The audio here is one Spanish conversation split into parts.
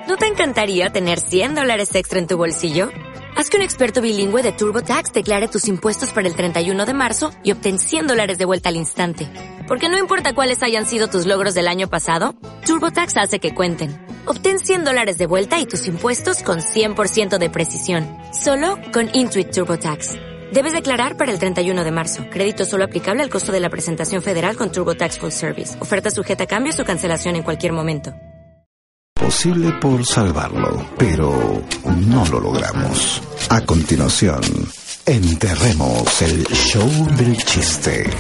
¿No te encantaría tener $100 extra en tu bolsillo? Haz que un experto bilingüe de TurboTax declare tus impuestos para el 31 de marzo y obtén $100 de vuelta al instante. Porque no importa cuáles hayan sido tus logros del año pasado, TurboTax hace que cuenten. Obtén $100 de vuelta y tus impuestos con 100% de precisión. Solo con Intuit TurboTax. Debes declarar para el 31 de marzo. Crédito solo aplicable al costo de la presentación federal con TurboTax Full Service. Oferta sujeta a cambios o cancelación en cualquier momento. Posible por salvarlo, pero no lo logramos. A continuación, enterremos el show del chiste.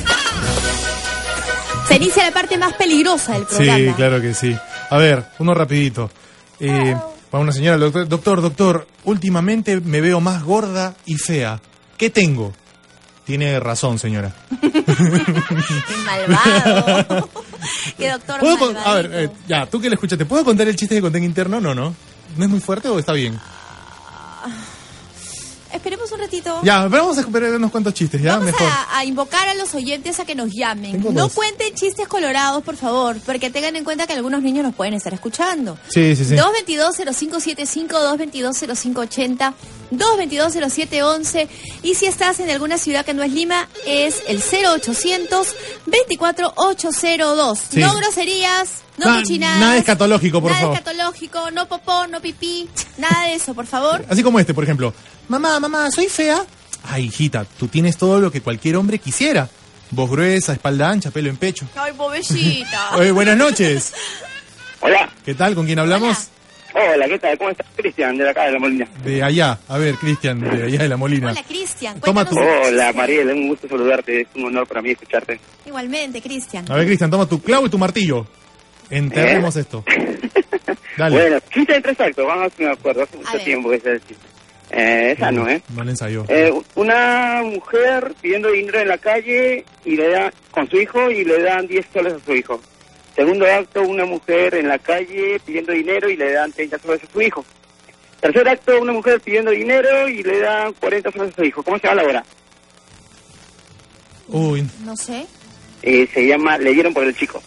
Se inicia la parte más peligrosa del programa. Sí, claro que sí. A ver, uno rapidito. Para una señora, doctor, últimamente me veo más gorda y fea. ¿Qué tengo? Tiene razón, señora. ¡Qué malvado! ¡Qué doctor malvado! A ver, ya, tú que le escuchaste, ¿puedo contar el chiste que conté en interno? No. ¿No es muy fuerte o está bien? Esperemos un ratito. Ya, vamos a esperar unos cuantos chistes, ¿ya? Vamos Mejor. a invocar a los oyentes a que nos llamen. Tengo No dos. cuenten chistes colorados, por favor, porque tengan en cuenta que algunos niños nos pueden estar escuchando. Sí. 222-0575, 222-0580, 222-0711. Y si estás en alguna ciudad que no es Lima, es el 0800-24802. Sí. No groserías, no cochinadas. Nada escatológico, por favor. Nada escatológico, no popó, no pipí, nada de eso, por favor. Así como este, por ejemplo. Mamá, ¿soy fea? Ay, hijita, tú tienes todo lo que cualquier hombre quisiera. Voz gruesa, espalda ancha, pelo en pecho. Ay, pobrecita. Oye, buenas noches. Hola. ¿Qué tal? ¿Con quién hablamos? Hola, ¿qué tal? ¿Cómo estás? Cristian, de acá de La Molina. De allá. A ver, Cristian, de allá de La Molina. Hola, Cristian. Toma cuéntanos tu- un Hola, chiste. Mariela, un gusto saludarte. Es un honor para mí escucharte. Igualmente, Cristian. A ver, Cristian, toma tu clavo y tu martillo. Enterremos esto. Dale. Bueno, chiste de 3 actos, vamos a ver si me acuerdo. Hace mucho ver. tiempo que es el chiste. Esa no, ¿eh? No le ensayó. Una mujer pidiendo dinero en la calle y le da con su hijo y le dan 10 soles a su hijo. Segundo acto, una mujer en la calle pidiendo dinero y le dan 30 soles a su hijo. Tercer acto, una mujer pidiendo dinero y le dan 40 soles a su hijo. ¿Cómo se llama la obra? Uy, No sé. Se llama Le dieron por el chico.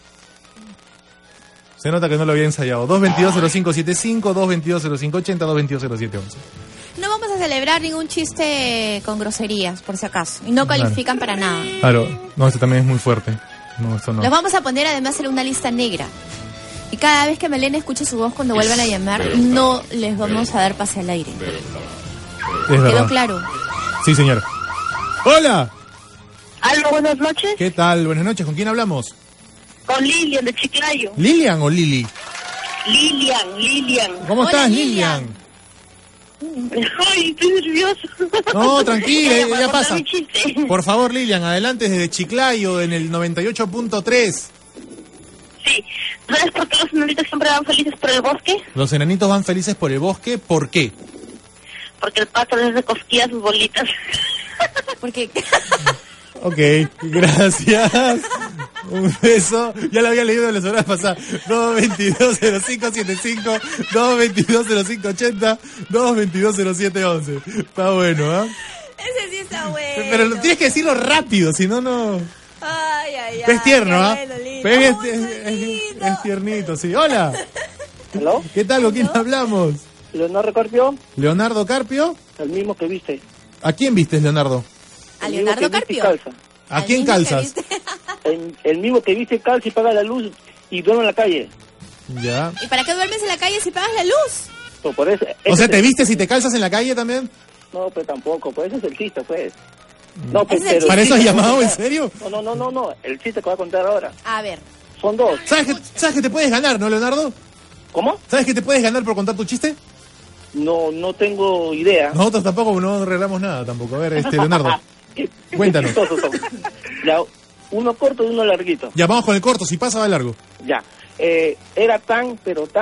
se nota que no lo había ensayado. 222-0575, 222-0580, 222-0711. No vamos a celebrar ningún chiste con groserías, por si acaso. Y no califican para nada. Claro, no, este también es muy fuerte. No, esto no. Los vamos a poner además en una lista negra. Y cada vez que Malena escuche su voz cuando vuelvan a llamar, no les vamos a dar pase al aire. Es ¿Quedó verdad. claro? Sí, señor. ¡Hola! Aló, buenas noches. ¿Qué tal? Buenas noches. ¿Con quién hablamos? Con Lilian de Chiclayo. ¿Lilian o Lili? Lilian. ¿Cómo Hola, estás, Lilian. Ay, estoy nervioso. No, tranquila, Para ya contar pasa. mi chiste. Por favor, Lilian, adelante desde Chiclayo en el 98.3. Sí. ¿Sabes por qué los enanitos siempre van felices por el bosque? Los enanitos van felices por el bosque. ¿Por qué? Porque el pato les hace cosquillas a sus bolitas. Porque Ok, gracias. Un beso. Ya lo había leído la semana pasada. 222-0575, 222-0580, 222-0711. Está bueno, ¿eh? ese sí está bueno. Pero tienes que decirlo rápido, si no, no... Ay, ay, ay. Es tierno, ¿ah? Qué bueno, lindo. Pero Muy bonito. es tiernito, sí. Hola. ¿Aló? ¿Qué tal? ¿Con quién hablamos? Leonardo Carpio, ¿Leonardo Carpio? el mismo que viste. ¿A quién vistes, Leonardo? ¿A El Leonardo mismo que viste y Carpio? calza. ¿A Al quién mismo que calzas? viste. El mismo que viste calza y paga la luz y duerme en la calle. Ya. ¿Y para qué duermes en la calle si pagas la luz? Pues por eso, O sea, ese ¿te es el- vistes y te calzas en la calle también? No, pues tampoco, pues ese es el chiste, pues. No, pues, Ese es el pero... ¿Para eso has el chiste llamado? que ¿En voy a serio? contar- No, el chiste que voy a contar ahora. A ver. Son dos. ¿Sabes que te puedes ganar, no, Leonardo? ¿Cómo? ¿Sabes que te puedes ganar por contar tu chiste? No tengo idea. Nosotros tampoco, no arreglamos nada tampoco. A ver, Leonardo. Qué Cuéntanos. chistosos son. Ya, uno corto y uno larguito. Ya, vamos con el corto. Si pasa, va largo. Ya. Era tan,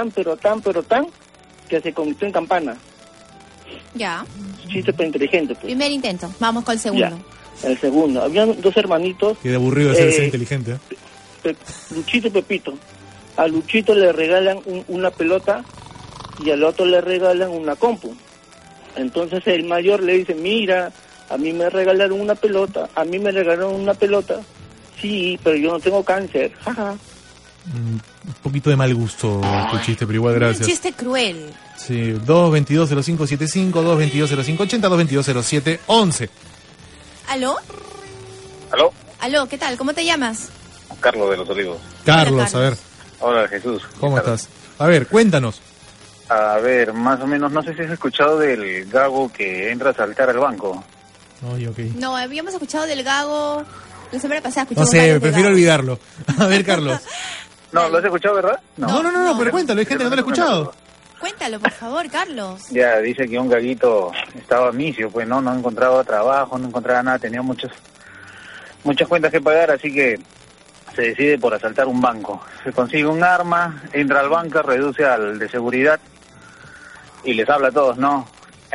que se convirtió en campana. Ya. Chiste pero inteligente, pues. Primer intento. Vamos con el segundo. Ya. El segundo. Habían dos hermanitos, Qué aburrido de ser inteligente. ¿Eh? Luchito y Pepito. A Luchito le regalan una pelota y al otro le regalan una compu. Entonces el mayor le dice, mira, a mí me regalaron una pelota, Sí, pero yo no tengo cáncer. Jaja. Un poquito de mal gusto tu chiste, pero igual gracias. Un chiste cruel. Sí, 222-0575, 222-0580, 222-0711. ¿Aló? ¿Aló? ¿Aló? ¿Qué tal? ¿Cómo te llamas? Carlos de los Olivos. Carlos, a ver, Hola, Jesús. ¿cómo estás? A ver, cuéntanos. A ver, más o menos, no sé si has escuchado del gago que entra a saltar al banco. Ay, ok. No, habíamos escuchado del gago la semana pasada. No escuchamos sé, varios de prefiero gago. olvidarlo. A ver, Carlos. No, ¿lo has escuchado, verdad? No, pero cuéntalo, hay gente que no lo ha escuchado. Cuéntalo, por favor, Carlos. Ya, dice que un gaguito estaba misio, pues no encontraba trabajo, no encontraba nada, tenía muchas cuentas que pagar, así que se decide por asaltar un banco. Se consigue un arma, entra al banco, reduce al de seguridad y les habla a todos, ¿no?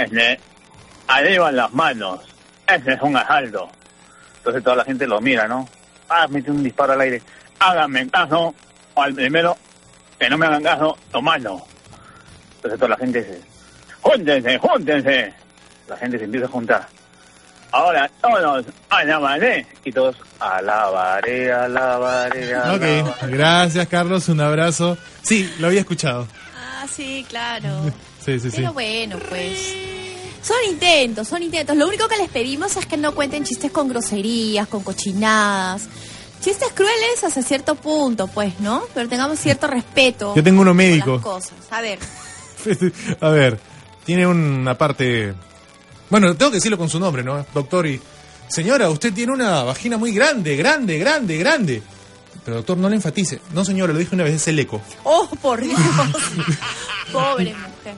Arriban las manos, ese es un asalto. Entonces toda la gente lo mira, ¿no? Mete un disparo al aire. Háganme caso, o al primero, que no me hagan caso, tomando. Entonces toda la gente dice, júntense. La gente se empieza a juntar. Ahora todos alabaré. Y todos alabaré. Ok, gracias, Carlos, un abrazo. Sí, lo había escuchado. Ah, sí, claro. Sí. Pero bueno, pues... Son intentos. Lo único que les pedimos es que no cuenten chistes con groserías, con cochinadas. Chistes crueles hasta cierto punto, pues, ¿no? Pero tengamos cierto respeto. Yo tengo uno por médico. las cosas. A ver, tiene una parte... Bueno, tengo que decirlo con su nombre, ¿no? Doctor, y... Señora, usted tiene una vagina muy grande. Pero doctor, no le enfatice. No, señora, lo dije una vez, es el eco. ¡Oh, por Dios! Pobre mujer.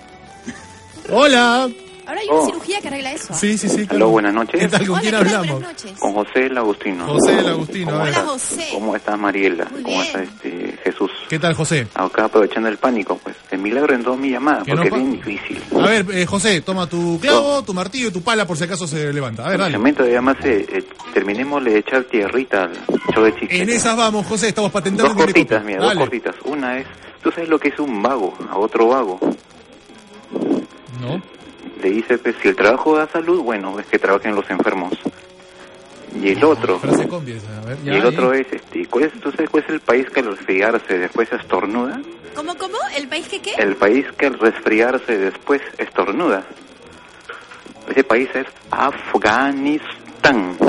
Hola. Ahora hay una cirugía que arregla eso. Sí. Aló, claro. buenas noches. ¿Qué tal? ¿Con Hola, quién ¿qué tal? hablamos? Buenas noches. Con José el Agustino. José el Agustino, a ver. Hola, José. ¿Cómo estás, Mariela? Muy ¿Cómo bien. está Jesús? ¿Qué tal, José? Acá aprovechando el pánico, pues. El milagro en 2 mi llamada, ¿Qué porque no es bien difícil. A ver, José, toma tu clavo, tu martillo y tu pala por si acaso se levanta. A ver, En el dale. momento de llamarse, terminemos de echar tierrita al show de chistes. En esas vamos, José, estamos patentando Dos en directo. cortitas, mira, dos Dale. cortitas. Una es, ¿tú sabes lo que es un vago a otro vago? No. Le dice, pues, si el trabajo da salud, bueno, es que trabajen los enfermos. Y el otro... Frase combi esa, a ver. Y el otro es, ¿tú sabes cuál es el país que al resfriarse después estornuda? ¿Cómo? ¿El país que qué? El país que al resfriarse después estornuda. Ese país es Afganistán.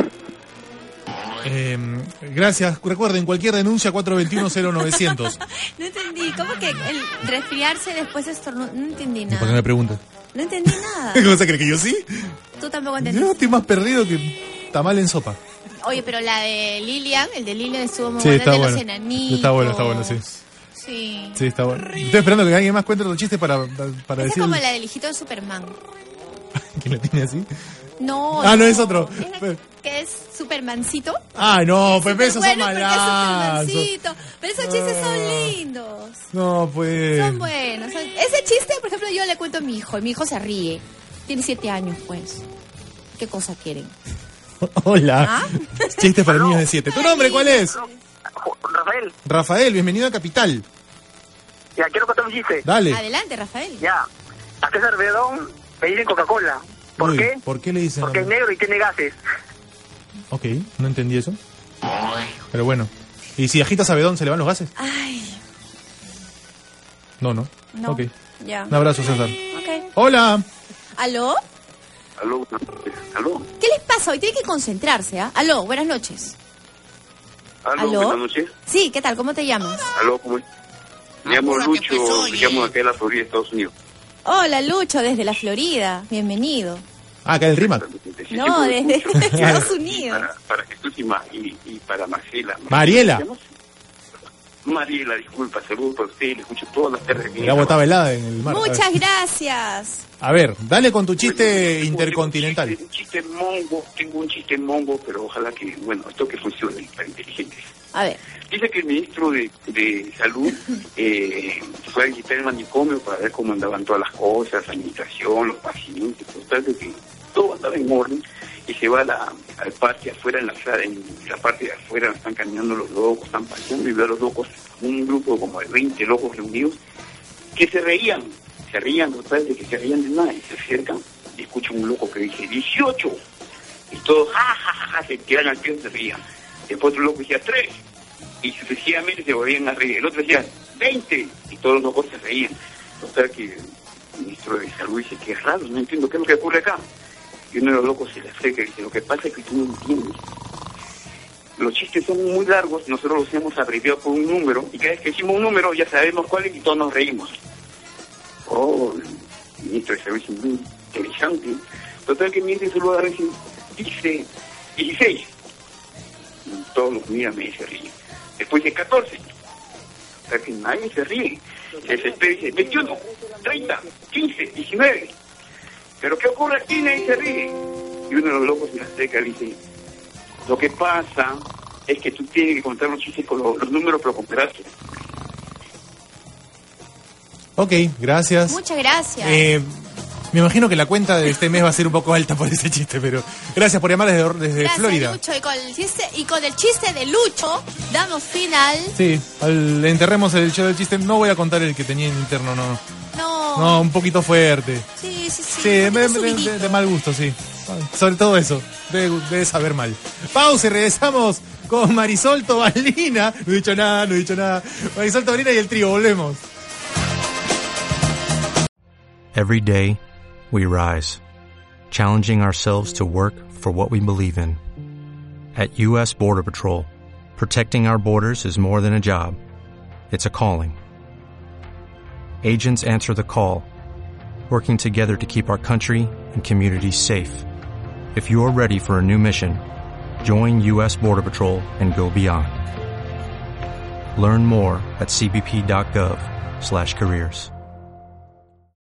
Gracias. Recuerden, cualquier denuncia 421-0900. No entendí. ¿Cómo que el resfriarse después estornudar? No entendí ¿Por qué nada. me preguntas? No entendí nada. ¿Cómo se cree que yo sí? Tú tampoco Yo entendiste. estoy más perdido que tamal en sopa. Oye, pero la de Lilian, el de Lilian estuvo muy Sí, buena, está el de bueno. los enanitos. Está bueno, sí. Sí. Sí, está bueno. Estoy esperando que alguien más cuente otro chiste para Esa es decir como la del hijito de Superman. que lo tiene así. No. No es otro. Es la que es Supermancito. Ah, no, Pepe, esos son Bueno, porque es malazos. Supermancito. Pero esos chistes son lindos. No, pues. Son buenos. Ese chiste, por ejemplo, yo le cuento a mi hijo. Y mi hijo se ríe. Tiene 7 años, pues. ¿Qué cosa quieren? Hola. ¿Ah? Chistes para niños de 7. ¿Tu nombre cuál es? Rafael, Rafael, bienvenido a Capital. ya quiero contar un chiste. Dale. Adelante, Rafael. Ya, a César Bedón me dicen Coca-Cola. ¿Por Uy, qué? ¿Por qué le dicen? Porque es negro y tiene gases. Ok, no entendí eso. Pero bueno. ¿Y si agitas a Bedón se le van los gases? Ay, No. no. Ok. Ya. Un abrazo, César. Ok. Hola. ¿Aló? Aló. ¿Qué les pasa hoy? Tienen que concentrarse, ¿ah? Aló, buenas noches. ¿Aló? Buenas noches. Sí, ¿qué tal? ¿Cómo te llamas? Aló, ¿cómo es? Me llamo Lucho, me llamo de acá de la Florida, Estados Unidos. Hola, Lucho, desde la Florida. Bienvenido. Ah, acá el RIMAC. No, desde Estados Unidos. Para Jesús y para Marcela. Mariela. Mariela, disculpa, saludos para usted, le escucho todas las tardes. El agua estaba helada en el mar. Muchas gracias. A ver, dale con tu chiste intercontinental. Tengo un chiste mongo, pero ojalá que, bueno, esto que funcione para inteligentes. A ver. Dice que el ministro de Salud fue a visitar el manicomio para ver cómo andaban todas las cosas, la administración, los pacientes, total de que todo andaba en orden, y se va al parque afuera, en la parte de afuera están caminando los locos, están paseando, y ve a los locos, un grupo como de 20 locos reunidos, que se reían total de que se reían de nada, y se acercan, y escuchan un loco que dice 18, y todos, ja, ja, ja, ja, se quedan al pie y se reían. Después otro loco decía 3, y sucesivamente se volvían a reír. El otro decía, 20, y todos los locos se reían. O sea que el ministro de Salud dice, qué raro, no entiendo qué es lo que ocurre acá. Y uno de los locos se le acerca y dice, lo que pasa es que tú no entiendes. Los chistes son muy largos, nosotros los hemos abreviado por un número, y cada vez que decimos un número ya sabemos cuál es y todos nos reímos. Oh, el ministro de Salud es muy interesante. Total que el ministro de Salud dice 16. Y todos los miran y se ríen. Después dice 14. O sea que nadie se ríe. Se desespera y dice 21, 30, 15, 19. ¿Pero qué ocurre aquí? Nadie se ríe. Y uno de los locos se le acerca y dice, lo que pasa es que tú tienes que contar los chistes con los números, pero con pedazos. Ok, gracias. Muchas gracias. Me imagino que la cuenta de este mes va a ser un poco alta por ese chiste, pero gracias por llamar desde Gracias, Florida. Lucho. Y con el chiste de Lucho damos final. Sí, enterremos el show del chiste. No voy a contar el que tenía en interno, no. No, un poquito fuerte. Sí. Sí, de mal gusto, sí. Sobre todo eso, debe saber mal. Pausa y regresamos con Marisol Tobalina. No he dicho nada. Marisol Tobalina y el trío, volvemos. Every day, we rise, challenging ourselves to work for what we believe in. At U.S. Border Patrol, protecting our borders is more than a job. It's a calling. Agents answer the call, working together to keep our country and communities safe. If you are ready for a new mission, join U.S. Border Patrol and go beyond. Learn more at cbp.gov/careers.